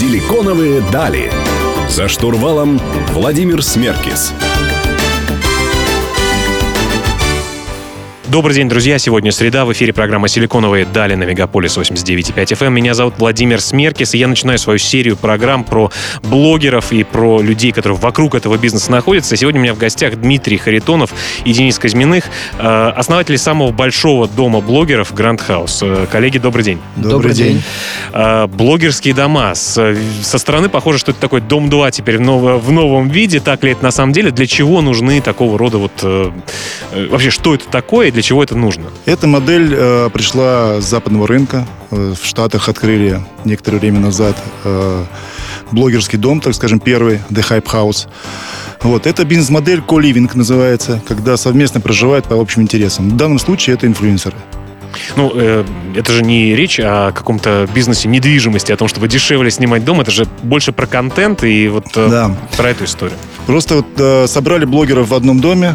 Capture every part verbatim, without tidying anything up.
Силиконовые дали. За штурвалом Владимир Смеркис. Добрый день, друзья. Сегодня среда. В эфире программа «Силиконовые дали» на Мегаполис восемьдесят девять и пять эф эм. Меня зовут Владимир Смеркис, и я начинаю свою серию программ про блогеров и про людей, которые вокруг этого бизнеса находятся. Сегодня у меня в гостях Дмитрий Харитонов и Денис Козьминых, основатели самого большого дома блогеров Grand House. Коллеги, добрый день. Добрый день. Блогерские дома. Со стороны похоже, что это такой дом два теперь в, нов- в новом виде. Так ли это на самом деле? Для чего нужны такого рода вот... Вообще, что это такое и для чего это нужно? Эта модель э, пришла с западного рынка. Э, в Штатах открыли некоторое время назад э, блогерский дом, так скажем, первый, The Hype House. Вот. Это бизнес-модель co-living называется, когда совместно проживают по общим интересам. В данном случае это инфлюенсеры. Ну, э, это же не речь о каком-то бизнесе недвижимости, о том, чтобы дешевле снимать дом. Это же больше про контент и вот э, да. про эту историю. Просто вот, э, собрали блогеров в одном доме,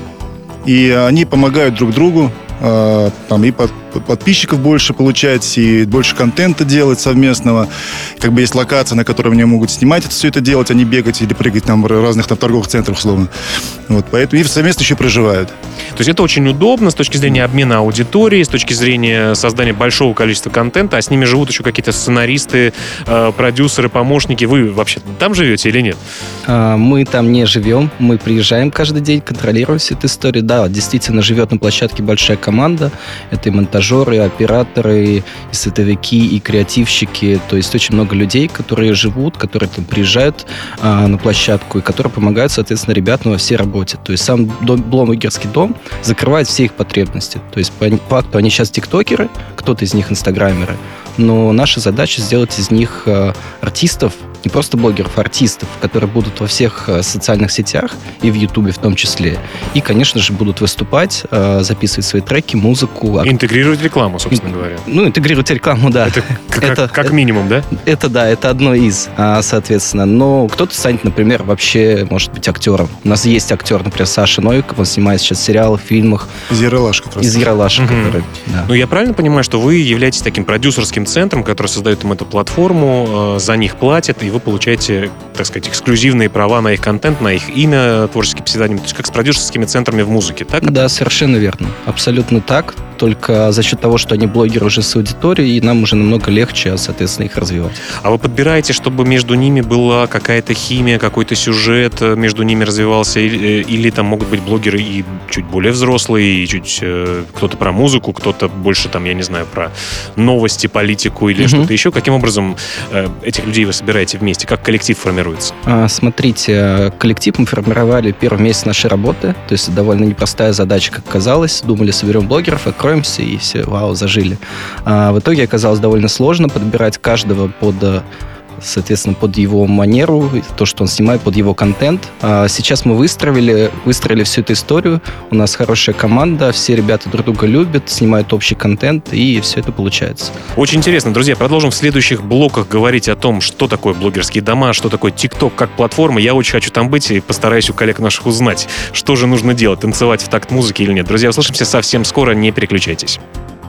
и они помогают друг другу, э, там и под, подписчиков больше получать, и больше контента делать совместного. Как бы есть локация, на которой они могут снимать это, все это делать, а не бегать или прыгать там в разных там, торговых центрах, условно. Вот, поэтому и совместно еще проживают. То есть это очень удобно с точки зрения обмена аудитории, с точки зрения создания большого количества контента, а с ними живут еще какие-то сценаристы, э, продюсеры, помощники. Вы вообще там живете или нет? Мы там не живем, мы приезжаем каждый день, контролируем всю эту историю. Да, действительно живет на площадке большая команда. Это и монтажеры, и операторы, и световики, и креативщики. То есть очень много людей, которые живут, которые там приезжают а, на площадку и которые помогают, соответственно, ребятам во всей работе. То есть сам дом, блогерский дом закрывает все их потребности. То есть по факту они сейчас тиктокеры, кто-то из них инстаграмеры, но наша задача сделать из них э, артистов, не просто блогеров, а артистов, которые будут во всех э, социальных сетях и в Ютубе в том числе. И, конечно же, будут выступать, э, записывать свои треки, музыку. Интегрировать рекламу, собственно говоря. Ну, интегрировать рекламу, да. Это, это как, как минимум, да? Это, это да, это одно из, соответственно. Но кто-то станет, например, вообще, может быть, актером. У нас есть актер, например, Саша Новиков, он снимает сейчас в сериалах, фильмах. Из Ералаша как раз. Из Ералаша, угу. который... Да. Ну, я правильно понимаю, что вы являетесь таким продюсерским центром, который создает им эту платформу, за них платят, и вы получаете, так сказать, эксклюзивные права на их контент, на их имя, творческий псевдоним, то есть как с продюсерскими центрами в музыке, так? Да, совершенно верно. Абсолютно так. Только за счет того, что они блогеры уже с аудиторией, и нам уже намного легче, соответственно, их развивать. А вы подбираете, чтобы между ними была какая-то химия, какой-то сюжет между ними развивался, или, или там могут быть блогеры и чуть более взрослые, и чуть э, кто-то про музыку, кто-то больше там, я не знаю, про новости, политику или uh-huh. что-то еще. Каким образом э, этих людей вы собираете вместе? Как коллектив формируется? А, смотрите, коллектив мы формировали первый месяц нашей работы, то есть довольно непростая задача, как казалось. Думали, соберем блогеров, откроемся и все, вау, зажили. А в итоге оказалось довольно сложно подбирать каждого под... соответственно, под его манеру, то, что он снимает, под его контент. А сейчас мы выстроили, выстроили всю эту историю. У нас хорошая команда, все ребята друг друга любят, снимают общий контент, и все это получается. Очень интересно. Друзья, продолжим в следующих блоках говорить о том, что такое блогерские дома, что такое TikTok как платформа. Я очень хочу там быть и постараюсь у коллег наших узнать, что же нужно делать, танцевать в такт музыки или нет. Друзья, услышимся совсем скоро, не переключайтесь.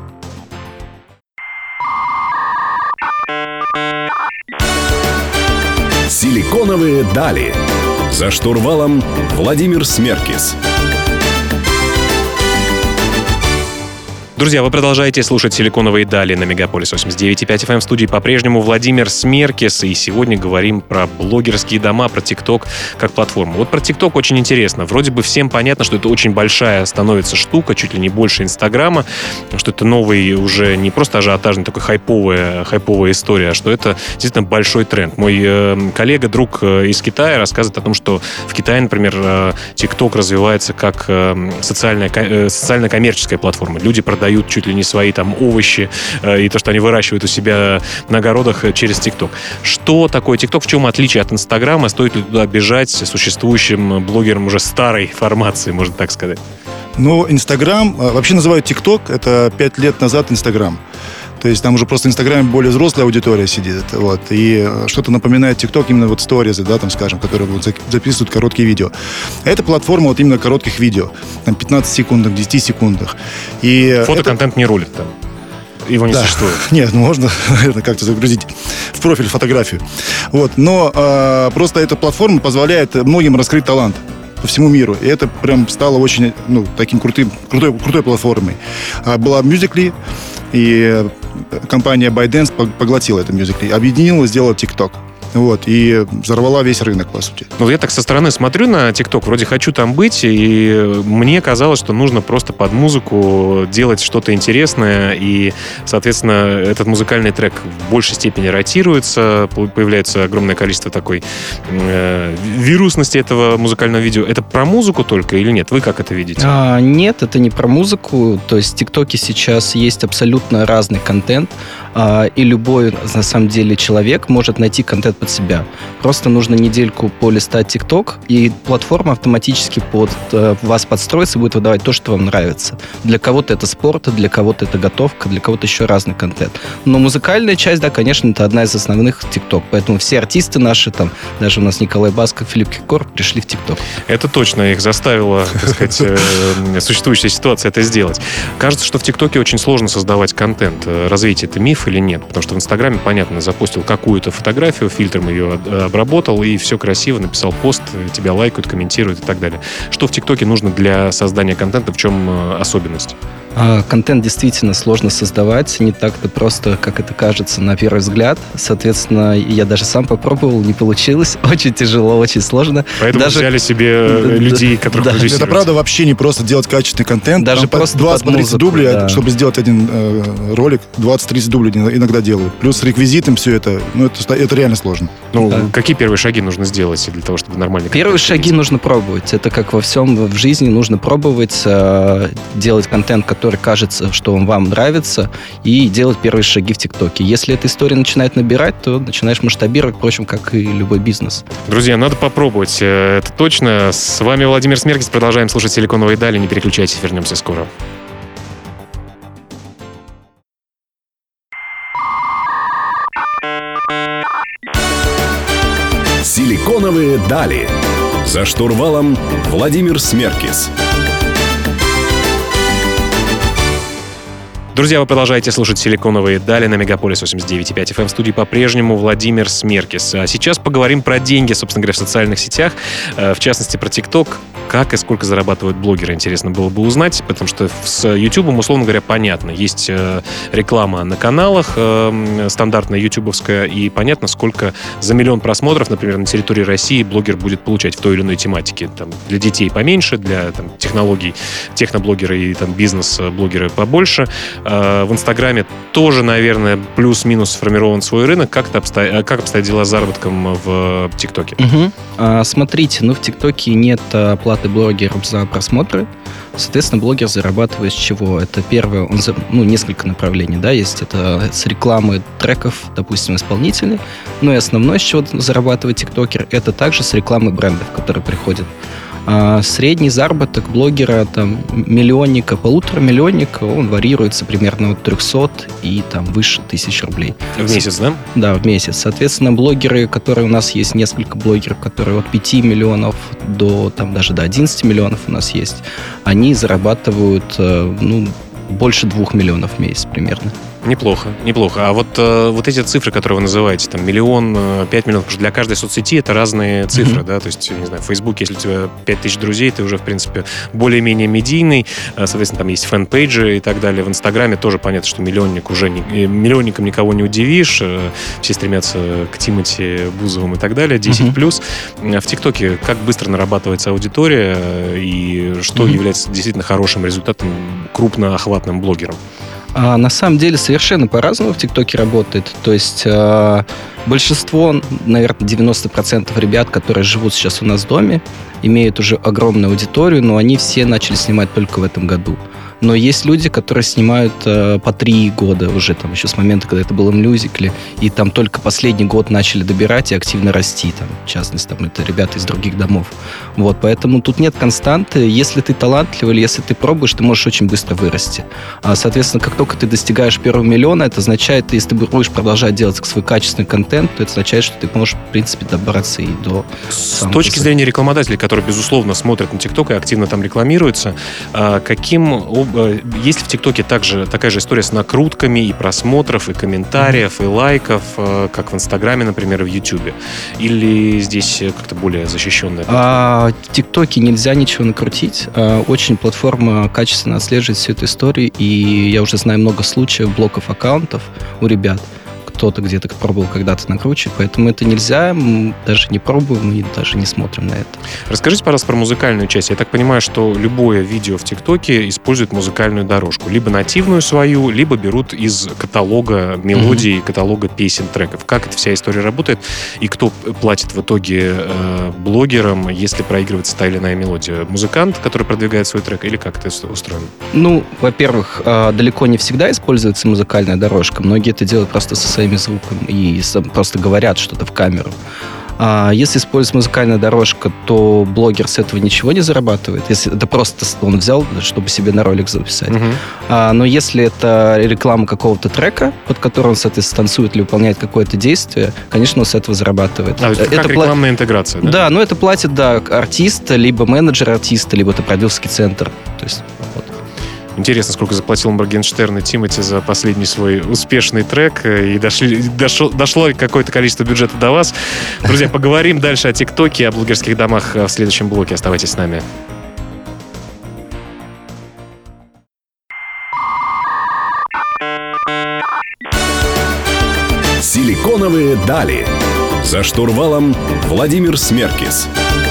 Силиконовые дали. За штурвалом Владимир Смеркис. Друзья, вы продолжаете слушать «Силиконовые дали» на Мегаполис восемьдесят девять и пять эф эм. В студии по-прежнему Владимир Смеркис. И сегодня говорим про блогерские дома, про ТикТок как платформу. Вот про ТикТок очень интересно. Вроде бы всем понятно, что это очень большая становится штука, чуть ли не больше Инстаграма, что это новый уже не просто ажиотажный, такой хайповая, хайповая история, а что это действительно большой тренд. Мой э, коллега, друг э, из Китая рассказывает о том, что в Китае, например, э, ТикТок развивается как э, социальная, э, социально-коммерческая платформа. Люди продают дают чуть ли не свои там овощи э, и то, что они выращивают у себя на огородах через ТикТок. Что такое ТикТок? В чем отличие от Инстаграма? Стоит ли туда бежать существующим блогерам уже старой формации, можно так сказать? Ну, Инстаграм, вообще называют ТикТок, это пять лет назад Инстаграм. То есть там уже просто в Инстаграме более взрослая аудитория сидит. Вот, и что-то напоминает ТикТок, именно вот сторизы, да, там, скажем, которые вот записывают короткие видео. Это платформа вот именно коротких видео. Там пятнадцать секундах, десять секундах. И фотоконтент это... не рулит там. Его не да. существует. Нет, ну можно, наверное, как-то загрузить в профиль фотографию. Вот. Но э, просто эта платформа позволяет многим раскрыть талант по всему миру. И это прям стало очень, ну, таким крутым, крутой, крутой платформой. А была Musical.ly, и компания ByteDance поглотила это Musical.ly, объединила, сделала TikTok. Вот, и взорвала весь рынок, по сути. Ну, я так со стороны смотрю на TikTok, вроде хочу там быть, и мне казалось, что нужно просто под музыку делать что-то интересное, и, соответственно, этот музыкальный трек в большей степени ротируется, появляется огромное количество такой э, вирусности этого музыкального видео. Это про музыку только или нет? Вы как это видите? А, нет, это не про музыку. То есть в ТикТоке сейчас есть абсолютно разный контент, а, и любой, на самом деле, человек может найти контент под себя. Просто нужно недельку полистать ТикТок, и платформа автоматически под э, вас подстроится и будет выдавать то, что вам нравится. Для кого-то это спорт, для кого-то это готовка, для кого-то еще разный контент. Но музыкальная часть, да, конечно, это одна из основных ТикТок. Поэтому все артисты наши, там, даже у нас Николай Басков, Филипп Киркоров пришли в ТикТок. Это точно их заставила, так сказать, э, существующая ситуация это сделать. Кажется, что в ТикТоке очень сложно создавать контент. Развитие — это миф или нет? Потому что в Инстаграме, понятно, запустил какую-то фотографию, фильтром ее обработал, и все красиво, написал пост, тебя лайкают, комментируют и так далее. Что в ТикТоке нужно для создания контента, в чем особенность? Контент действительно сложно создавать, не так-то просто, как это кажется на первый взгляд. Соответственно, я даже сам попробовал, не получилось. Очень тяжело, очень сложно. Поэтому даже... взяли себе людей, которых да. продюсируют. Это правда вообще не просто делать качественный контент. Даже там просто двадцать-тридцать дублей, да. Чтобы сделать один э, ролик, двадцать-тридцать дублей иногда делают. Плюс с реквизитом все это, ну это, это реально сложно. Ну, да. Какие первые шаги нужно сделать для того, чтобы нормально... Первые шаги нужно пробовать. Это как во всем в жизни, нужно пробовать, э, делать контент, который кажется, что он вам нравится, и делать первые шаги в ТикТоке. Если эта история начинает набирать, то начинаешь масштабировать, впрочем, как и любой бизнес. Друзья, надо попробовать. Это точно. С вами Владимир Смеркис. Продолжаем слушать «Силиконовые дали». Не переключайтесь, вернемся скоро. «Силиконовые дали». За штурвалом Владимир Смеркис. Друзья, вы продолжаете слушать «Силиконовые дали» на Мегаполис восемьдесят девять и пять эф эм. В студии по-прежнему Владимир Смеркис. А сейчас поговорим про деньги, собственно говоря, в социальных сетях. В частности, про ТикТок. Как и сколько зарабатывают блогеры, интересно было бы узнать, потому что с Ютубом, условно говоря, понятно. Есть реклама на каналах, стандартная ютубовская, и понятно, сколько за миллион просмотров, например, на территории России блогер будет получать в той или иной тематике. Там, для детей поменьше, для там, технологий, техноблогеры и там, бизнес-блогеры побольше. В Инстаграме тоже, наверное, плюс-минус сформирован свой рынок. Как, это обстоят, как обстоят дела с заработком в ТикТоке? Угу. А, смотрите, ну в ТикТоке нет оплаты блогеров за просмотры. Соответственно, блогер зарабатывает с чего? Это первое, он за, ну, несколько направлений, да, есть это с рекламы треков, допустим, исполнителей. Ну и основное, с чего зарабатывает тиктокер, это также с рекламы брендов, которые приходят. А средний заработок блогера, там, миллионника, полутора миллионника, он варьируется примерно от трехсот и там выше тысяч рублей. В месяц, да? Да, в месяц. Соответственно, блогеры, которые у нас есть, несколько блогеров, которые от пяти миллионов до, там, даже до одиннадцати миллионов у нас есть, они зарабатывают, ну, больше двух миллионов в месяц примерно. Неплохо, неплохо. А вот, э, вот эти цифры, которые вы называете, там, миллион, э, пять миллионов, потому что для каждой соцсети это разные цифры, mm-hmm. да, то есть, не знаю, в Фейсбуке, если у тебя пять тысяч друзей, ты уже, в принципе, более-менее медийный, э, соответственно, там есть фэн-пейджи и так далее. В Инстаграме тоже понятно, что миллионник уже, не, миллионником никого не удивишь, э, все стремятся к Тимати, Бузовым и так далее, десять плюс. Mm-hmm. В ТикТоке как быстро нарабатывается аудитория э, и что mm-hmm. является действительно хорошим результатом крупноохватным блогером? А, на самом деле совершенно по-разному в ТикТоке работает. То есть э, большинство, наверное, девяносто процентов ребят, которые живут сейчас у нас в доме, имеют уже огромную аудиторию, но они все начали снимать только в этом году. Но есть люди, которые снимают э, по три года уже, там, еще с момента, когда это было в мюзикле, и там только последний год начали добирать и активно расти. Там, в частности, там, это ребята из других домов. Вот, поэтому тут нет константы. Если ты талантливый или если ты пробуешь, ты можешь очень быстро вырасти. А, соответственно, как только ты достигаешь первого миллиона, это означает, если ты будешь продолжать делать свой качественный контент, то это означает, что ты можешь, в принципе, добраться и до... С точки зрения рекламодателей, которые, безусловно, смотрят на ТикТок и активно там рекламируются, каким образом что э, есть ли в ТикТоке также такая же история с накрутками и просмотров, и комментариев, и лайков, э, как в Инстаграме, например, и в Ютубе? Или здесь как-то более защищенная платформа? А, в ТикТоке нельзя ничего накрутить. А, очень платформа качественно отслеживает всю эту историю, и я уже знаю много случаев блоков аккаунтов у ребят. Кто-то где-то пробовал когда-то накручивать, поэтому это нельзя, мы даже не пробуем и даже не смотрим на это. Расскажите, пожалуйста, про музыкальную часть. Я так понимаю, что любое видео в ТикТоке использует музыкальную дорожку. Либо нативную свою, либо берут из каталога мелодий, mm-hmm. каталога песен, треков. Как эта вся история работает? И кто платит в итоге э, блогерам, если проигрывается та или иная мелодия? Музыкант, который продвигает свой трек, или как это устроено? Ну, во-первых, э, далеко не всегда используется музыкальная дорожка. Многие это делают просто со своими звуком и просто говорят что-то в камеру. А если используется музыкальная дорожка, то блогер с этого ничего не зарабатывает. Если это просто он взял, чтобы себе на ролик записать. Uh-huh. А, но если это реклама какого-то трека, под которым он, соответственно, танцует или выполняет какое-то действие, конечно, он с этого зарабатывает. А, это как это рекламная пла... интеграция, да? Да, но это платит, да, артист, либо менеджер артиста, либо это продюсерский центр. То есть, вот. Интересно, сколько заплатил Моргенштерн и Тимати за последний свой успешный трек. И дошли, дошло, дошло какое-то количество бюджета до вас. Друзья, поговорим дальше о ТикТоке, о блогерских домах в следующем блоке. Оставайтесь с нами. Силиконовые дали. За штурвалом Владимир Смеркис.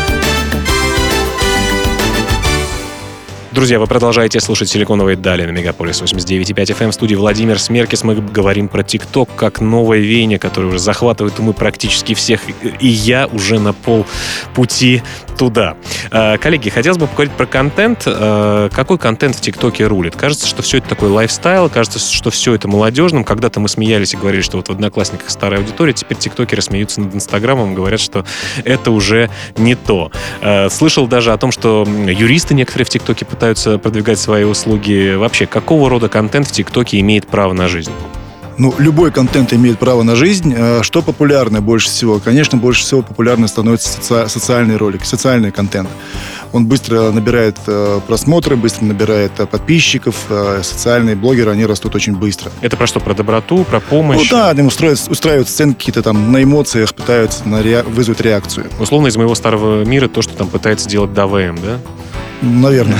Друзья, вы продолжаете слушать «Силиконовые дали» на Мегаполис восемьдесят девять и пять эф эм. В студии Владимир Смеркис. Мы говорим про ТикТок как новое веяние, которое уже захватывает умы практически всех. И я уже на полпути туда. Коллеги, хотелось бы поговорить про контент. Какой контент в ТикТоке рулит? Кажется, что все это такой лайфстайл. Кажется, что все это молодежным. Когда-то мы смеялись и говорили, что вот в Одноклассниках старая аудитория. Теперь тиктокеры смеются над Инстаграмом и говорят, что это уже не то. Слышал даже о том, что юристы некоторые в ТикТоке пытаются продвигать свои услуги. Вообще, какого рода контент в ТикТоке имеет право на жизнь? Ну, любой контент имеет право на жизнь. Что популярно больше всего? Конечно, больше всего популярно становится соци- социальный ролик, социальный контент. Он быстро набирает э, просмотры, быстро набирает э, подписчиков. Э, социальные блогеры, они растут очень быстро. Это про что? Про доброту, про помощь? Ну да, они устраивают, устраивают сцены какие-то там на эмоциях, пытаются на ре... вызвать реакцию. Условно, из моего старого мира то, что там пытается делать ДВМ, да? Наверное.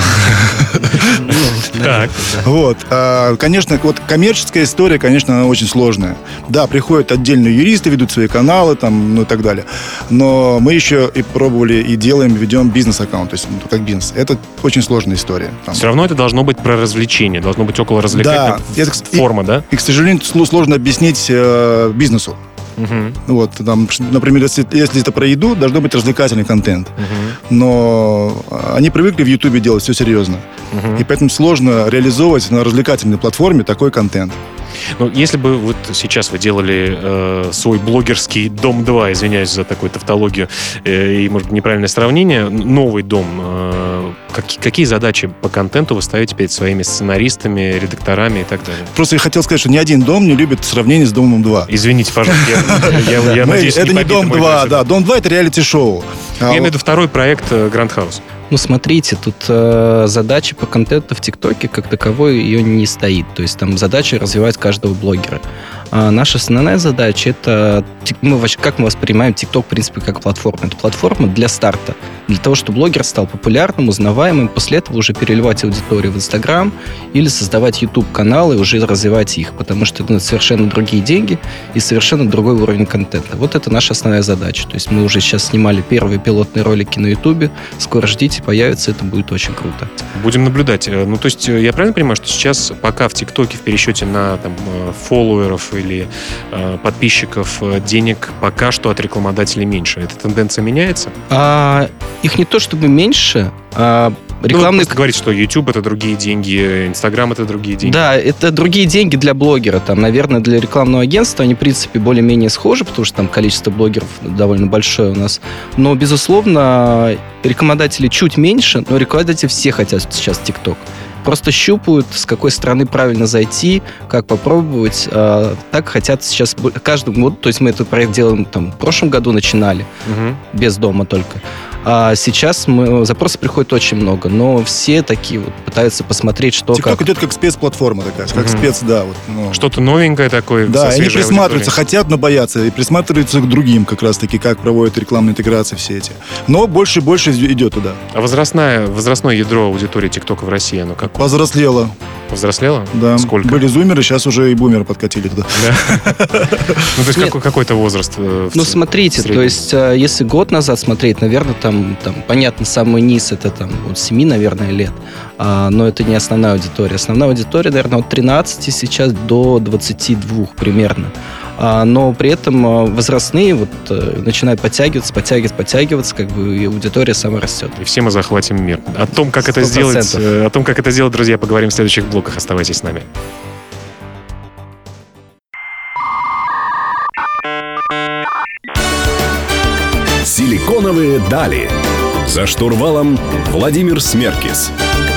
Так. Вот. Конечно, вот коммерческая история, конечно, она очень сложная. Да, приходят отдельные юристы, ведут свои каналы, там, ну и так далее. Но мы еще и пробовали, и делаем, ведем бизнес-аккаунт, то есть ну, как бизнес. Это очень сложная история. Там. Все равно это должно быть про развлечение, должно быть около развлекательной да. формы, и, да? И, к сожалению, сложно объяснить э, бизнесу. Uh-huh. Вот, там, например, если, если это про еду, должно быть развлекательный контент. Uh-huh. Но они привыкли в Ютубе делать все серьезно. Uh-huh. И поэтому сложно реализовывать на развлекательной платформе такой контент. Ну, если бы вот сейчас вы делали э, свой блогерский Дом два, извиняюсь за такую тавтологию э, и, может, неправильное сравнение, новый дом, э, как, какие задачи по контенту вы ставите перед своими сценаристами, редакторами и так далее? Просто я хотел сказать, что ни один дом не любит сравнение с Домом два. Извините, пожалуйста, я надеюсь, это не Дом два, да, Дом два — это реалити-шоу. Я имею в виду второй проект Гранд Хаус. Ну, смотрите, тут э, задача по контенту в ТикТоке как таковой ее не стоит. То есть там задача развивать каждого блогера. А наша основная задача — это мы, как мы воспринимаем ТикТок, в принципе, как платформу. Это платформа для старта, для того, чтобы блогер стал популярным, узнаваемым, после этого уже переливать аудиторию в Инстаграм или создавать YouTube-каналы и уже развивать их, потому что это совершенно другие деньги и совершенно другой уровень контента. Вот это наша основная задача. То есть мы уже сейчас снимали первые пилотные ролики на YouTube. Скоро ждите, появится, это будет очень круто. Будем наблюдать. Ну, то есть я правильно понимаю, что сейчас пока в ТикТоке в пересчете на там, фолловеров или э, подписчиков денег пока что от рекламодателей меньше? Эта тенденция меняется? А, их не то чтобы меньше, а рекламные... Ну, говорить, что YouTube — это другие деньги, Instagram — это другие деньги. Да, это другие деньги для блогера. Там, наверное, для рекламного агентства они, в принципе, более-менее схожи, потому что там количество блогеров довольно большое у нас. Но, безусловно, рекламодатели чуть меньше, но рекламодатели все хотят сейчас TikTok. просто щупают, с какой стороны правильно зайти, как попробовать. А, так хотят сейчас каждый год, то есть мы этот проект делаем там, в прошлом году начинали, угу. без дома только. А сейчас мы, запросов приходит очень много, но все такие вот пытаются посмотреть, что TikTok как. идет как спецплатформа такая, как mm-hmm. спец, да. Вот, ну. Что-то новенькое такое. Да, они присматриваются, хотят, но боятся, и присматриваются к другим, как раз-таки, как проводят рекламные интеграции все эти. Но больше и больше идет туда. А возрастное, возрастное ядро аудитории ТикТока в России, оно как? Повзрослело. Повзрослело? Да. Сколько? Были зумеры, сейчас уже и бумеры подкатили туда. Ну, то есть какой-то возраст? Ну, смотрите, то есть если год назад смотреть, наверное, там, понятно, самый низ это там от семи, наверное, лет, но это не основная аудитория. Основная аудитория, наверное, от тринадцати сейчас до двадцати двух примерно. Но при этом возрастные вот начинают подтягиваться, подтягиваться, подтягиваться, как бы и аудитория сама растет. И все мы захватим мир. О том, как это сделать, о том, как это сделать, друзья, поговорим в следующих блоках. Оставайтесь с нами. Силиконовые дали. За штурвалом Владимир Смеркис.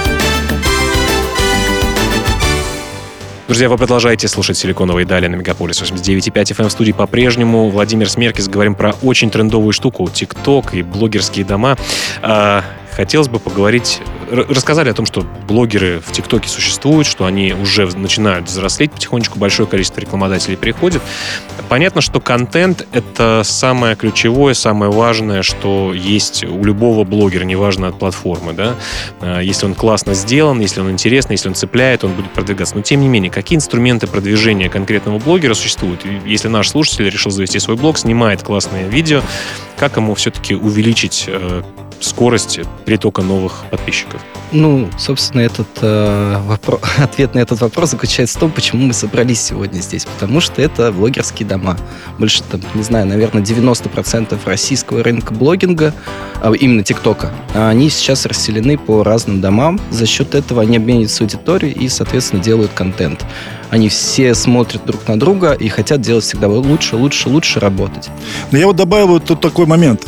Друзья, вы продолжаете слушать «Силиконовые дали» на Мегаполис восемьдесят девять и пять эф эм. В студии по-прежнему Владимир Смеркис. Говорим про очень трендовую штуку — ТикТок и блогерские дома. А, хотелось бы поговорить... Рассказали о том, что блогеры в ТикТоке существуют, что они уже начинают взрослеть потихонечку, большое количество рекламодателей приходит. Понятно, что контент — это самое ключевое, самое важное, что есть у любого блогера, неважно от платформы, да. Если он классно сделан, если он интересный, если он цепляет, он будет продвигаться. Но тем не менее, какие инструменты продвижения конкретного блогера существуют? Если наш слушатель решил завести свой блог, снимает классное видео, как ему все-таки увеличить э, скорость притока новых подписчиков? Ну, собственно, этот, э, вопрос, ответ на этот вопрос заключается в том, почему мы собрались сегодня здесь. Потому что это блогерские дома. Больше, там, не знаю, наверное, девяносто процентов российского рынка блогинга, а именно ТикТока, они сейчас расселены по разным домам. За счет этого они обмениваются аудиторией и, соответственно, делают контент. Они все смотрят друг на друга и хотят делать всегда лучше, лучше, лучше работать. Но я вот добавил вот тут такой момент.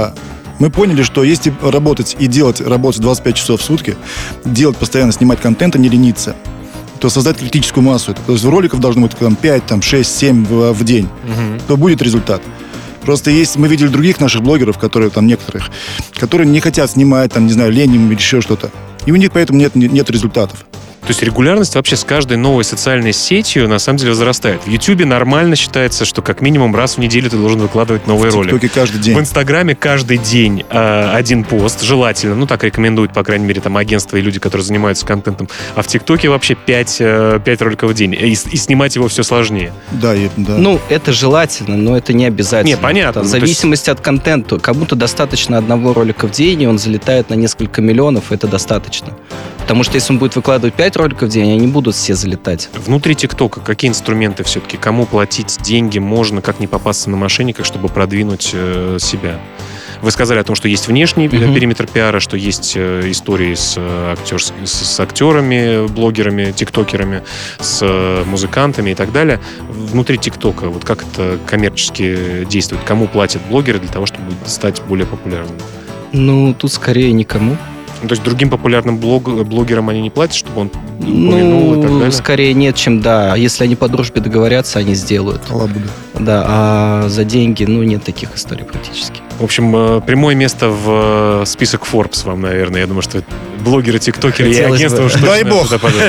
Мы поняли, что если работать и делать работу двадцать пять часов в сутки, делать постоянно, снимать контент, а не лениться, то создать критическую массу. То есть роликов должно быть там, пять, там, шесть, семь в, в день. Угу. То будет результат. Просто есть, мы видели других наших блогеров, которые там некоторых, которые не хотят снимать, там, не знаю, лень им или еще что-то. И у них поэтому нет, нет результатов. То есть регулярность вообще с каждой новой социальной сетью на самом деле возрастает. В Ютубе нормально считается, что как минимум раз в неделю ты должен выкладывать новый ролик. В ТикТоке каждый день. В Инстаграме каждый день э, один пост, желательно. Ну, так рекомендуют, по крайней мере, там агентства и люди, которые занимаются контентом. А в ТикТоке вообще пять, э, пять роликов в день. И, и снимать его все сложнее. Да, и, да. Ну, это желательно, но это не обязательно. Не, понятно. В ну, зависимости есть... от контента. Кому-то достаточно одного ролика в день, и он залетает на несколько миллионов, это достаточно. Потому что если он будет выкладывать пять роликов в день, они будут все залетать. Внутри ТикТока какие инструменты все-таки? Кому платить деньги можно, как не попасться на мошенников, чтобы продвинуть э, себя? Вы сказали о том, что есть внешний uh-huh. периметр пиара, что есть э, истории с, актер, с, с актерами, блогерами, тиктокерами, с э, музыкантами и так далее. Внутри ТикТока, вот как это коммерчески действует? Кому платят блогеры для того, чтобы стать более популярными? Ну, тут скорее никому. Ну, то есть другим популярным блог, блогерам они не платят, чтобы он упомянул ну, и так далее? Скорее нет, чем да. Если они по дружбе договорятся, они сделают. Лабуда. Да, а за деньги, ну, нет таких историй практически. В общем, прямое место в список Forbes вам, наверное. Я думаю, что блогеры, тиктокеры и агентства уж точно... Дай бог!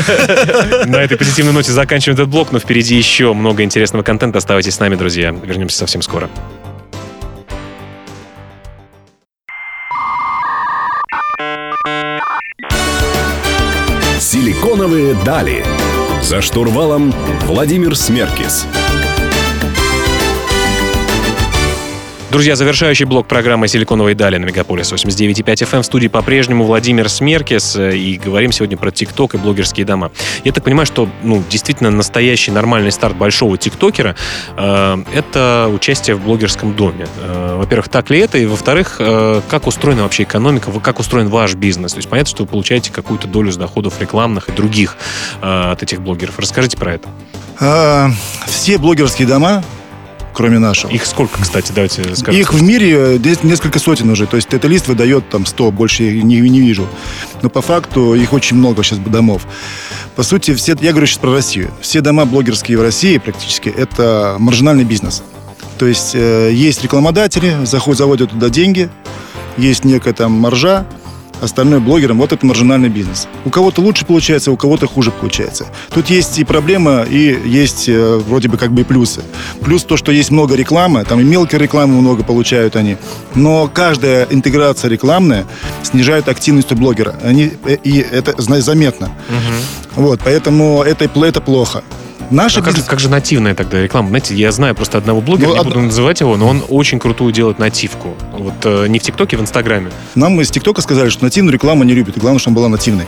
На этой позитивной ноте заканчиваем этот блок, но впереди еще много интересного контента. Оставайтесь с нами, друзья. Вернемся совсем скоро. Силиконовые дали. За штурвалом Владимир Смеркис. Друзья, завершающий блок программы «Силиконовые дали» на Мегаполис восемьдесят девять и пять эф эм. В студии по-прежнему Владимир Смеркис. И говорим сегодня про ТикТок и блогерские дома. Я так понимаю, что ну, действительно настоящий нормальный старт большого тиктокера э, — это участие в блогерском доме. Э, во-первых, так ли это? И во-вторых, э, как устроена вообще экономика? Как устроен ваш бизнес? То есть понятно, что вы получаете какую-то долю с доходов рекламных и других э, от этих блогеров. Расскажите про это. А, все блогерские дома кроме нашего. Их сколько, кстати, давайте скажем? Их в мире несколько сотен уже. То есть Тета-Лист выдает там сто, больше я не, не вижу. Но по факту их очень много сейчас домов. По сути, все, я говорю сейчас про Россию. Все дома блогерские в России практически это маржинальный бизнес. То есть э, есть рекламодатели, заходят, заводят туда деньги, есть некая там маржа, остальное блогерам, вот это маржинальный бизнес. У кого-то лучше получается, у кого-то хуже получается. Тут есть и проблема, и есть э, вроде бы как бы и плюсы. Плюс то, что есть много рекламы, там и мелкой рекламы много получают они, но каждая интеграция рекламная снижает активность у блогера. Они, э, и это заметно. Угу. Вот, поэтому это, это плохо. Наша а как, бизнес... как же нативная тогда реклама? Знаете, я знаю просто одного блогера, ну, не од... буду называть его, но он очень крутую делает нативку. Вот э, не в ТикТоке, в Инстаграме. Нам из ТикТока сказали, что нативную рекламу не любят, и главное, чтобы она была нативной.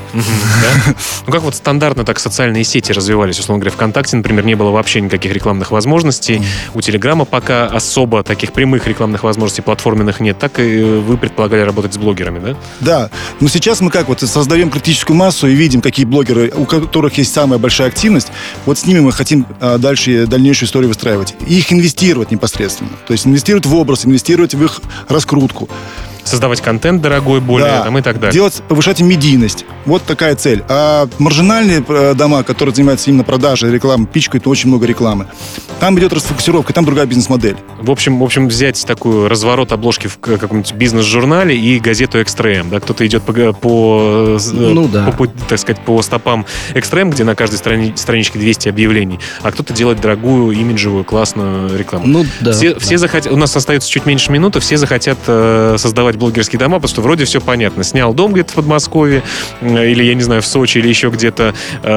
Ну как вот стандартно так социальные сети развивались? Условно говоря, ВКонтакте, например, не было вообще никаких рекламных возможностей. У Телеграма пока особо таких прямых рекламных возможностей платформенных нет. Так и вы предполагали работать с блогерами, да? Да. Но сейчас мы как вот создаем критическую массу и видим, какие блогеры, у которых есть самая большая активность. Вот с ними мы хотим а, дальше дальнейшую историю выстраивать. И их инвестировать непосредственно. То есть инвестировать в образ, инвестировать в их раскрутку. Создавать контент дорогой, более, да, там и так далее. Делать, повышать им медийность. Вот такая цель. А маржинальные дома, которые занимаются именно продажей, рекламой, пичкают очень много рекламы. Там идет расфокусировка, там другая бизнес-модель. В общем, в общем, взять такой разворот обложки в каком-нибудь бизнес-журнале и газету «Экстра-М». Да? Кто-то идет по, по, ну, да. по, так сказать, по стопам «Экстра-М», где на каждой страни, страничке двести объявлений, а кто-то делает дорогую, имиджевую, классную рекламу. Ну, да, все, да. все захотят, у нас остается чуть меньше минуты, все захотят э, создавать блогерские дома, потому что вроде все понятно. Снял дом где-то в Подмосковье, э, или, я не знаю, в Сочи, или еще где-то,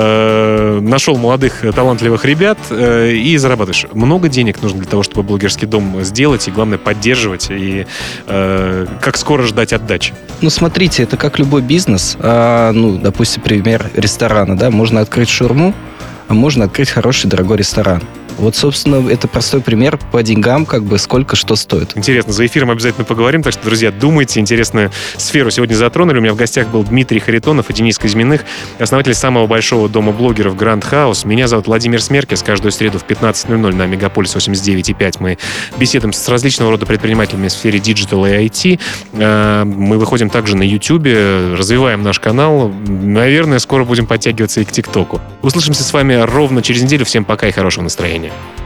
э, нашел молодых талантливых ребят э, и зарабатываешь. Много денег нужно для того, чтобы блогерский дом сделать, и, главное, поддерживать, и э, как скоро ждать отдачи. Ну, смотрите, это как любой бизнес. А, ну, допустим, пример ресторана, да, можно открыть шаурму, а можно открыть хороший, дорогой ресторан. Вот, собственно, это простой пример по деньгам, как бы сколько что стоит. Интересно, за эфиром обязательно поговорим, так что, друзья, думайте, интересную сферу сегодня затронули. У меня в гостях был Дмитрий Харитонов и Денис Кузьминых, основатель самого большого дома блогеров Grand House. Меня зовут Владимир Смеркес. Каждую среду в пятнадцать ноль ноль на Мегаполис восемьдесят девять и пять мы беседуем с различного рода предпринимателями в сфере диджитал и ай ти. Мы выходим также на YouTube, развиваем наш канал. Наверное, скоро будем подтягиваться и к ТикТоку. Услышимся с вами ровно через неделю. Всем пока и хорошего настроения.